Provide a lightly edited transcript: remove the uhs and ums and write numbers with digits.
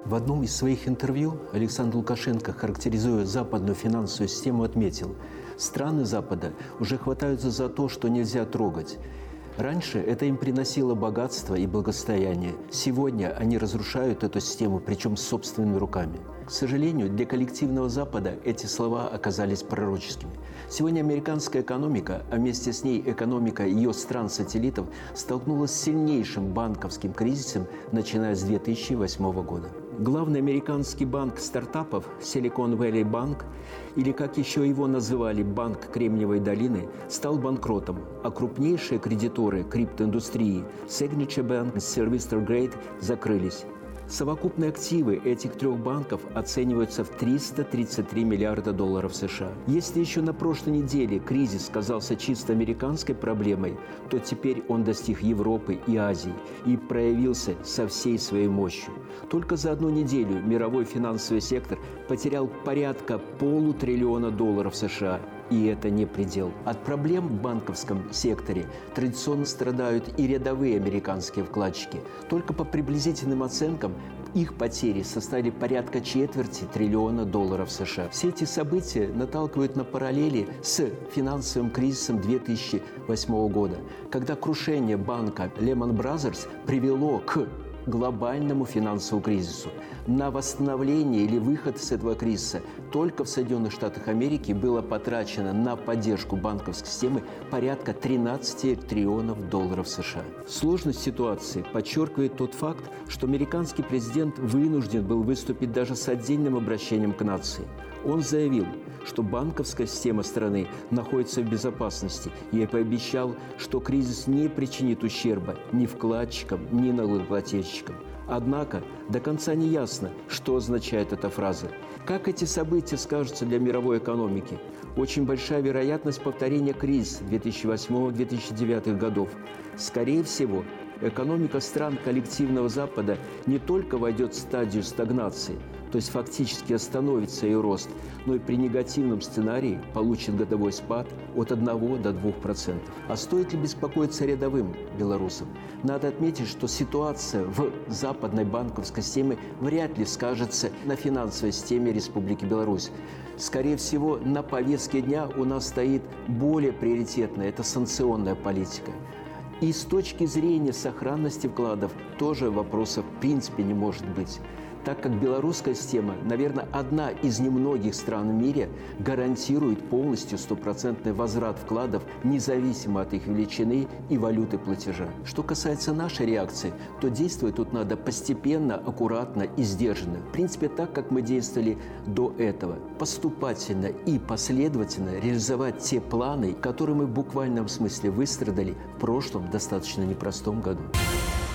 В одном из своих интервью Александр Лукашенко, характеризуя западную финансовую систему, отметил: страны Запада уже хватаются за то, что нельзя трогать. Раньше это им приносило богатство и благосостояние. Сегодня они разрушают эту систему, причем собственными руками. К сожалению, для коллективного Запада эти слова оказались пророческими. Сегодня американская экономика, а вместе с ней экономика ее стран-сателлитов, столкнулась с сильнейшим банковским кризисом, начиная с 2008 года. Главный американский банк стартапов Silicon Valley Bank, или как еще его называли Банк Кремниевой долины, стал банкротом, а крупнейшие кредиторы криптоиндустрии Signature Bank и Sylvester Great закрылись. Совокупные активы этих трех банков оцениваются в 333 миллиарда долларов США. Если еще на прошлой неделе кризис казался чисто американской проблемой, то теперь он достиг Европы и Азии и проявился со всей своей мощью. Только за одну неделю мировой финансовый сектор потерял порядка $500 билиона США. И это не предел. От проблем в банковском секторе традиционно страдают и рядовые американские вкладчики. Только по приблизительным оценкам их потери составили порядка $250 билиона США. Все эти события наталкивают на параллели с финансовым кризисом 2008 года, когда крушение банка Lehman Brothers привело к глобальному финансовому кризису. На восстановление или выход из этого кризиса только в Соединенных Штатах Америки было потрачено на поддержку банковской системы порядка $13 триллионов США. Сложность ситуации подчеркивает тот факт, что американский президент вынужден был выступить даже с отдельным обращением к нации. Он заявил, что банковская система страны находится в безопасности, и пообещал, что кризис не причинит ущерба ни вкладчикам, ни налогоплательщикам. Однако до конца не ясно, что означает эта фраза. Как эти события скажутся для мировой экономики? Очень большая вероятность повторения кризиса 2008-2009 годов. Скорее всего, экономика стран коллективного Запада не только войдет в стадию стагнации, то есть фактически остановится ее рост, но и при негативном сценарии получит годовой спад от 1 до 2%. А стоит ли беспокоиться рядовым белорусам? Надо отметить, что ситуация в западной банковской системе вряд ли скажется на финансовой системе Республики Беларусь. Скорее всего, на повестке дня у нас стоит более приоритетная – это санкционная политика. И с точки зрения сохранности вкладов тоже вопросов в принципе не может быть, так как белорусская система, наверное, одна из немногих стран в мире, гарантирует полностью стопроцентный возврат вкладов, независимо от их величины и валюты платежа. Что касается нашей реакции, то действовать тут надо постепенно, аккуратно и сдержанно. В принципе, так, как мы действовали до этого. Поступательно и последовательно реализовать те планы, которые мы в буквальном смысле выстрадали в прошлом достаточно непростом году.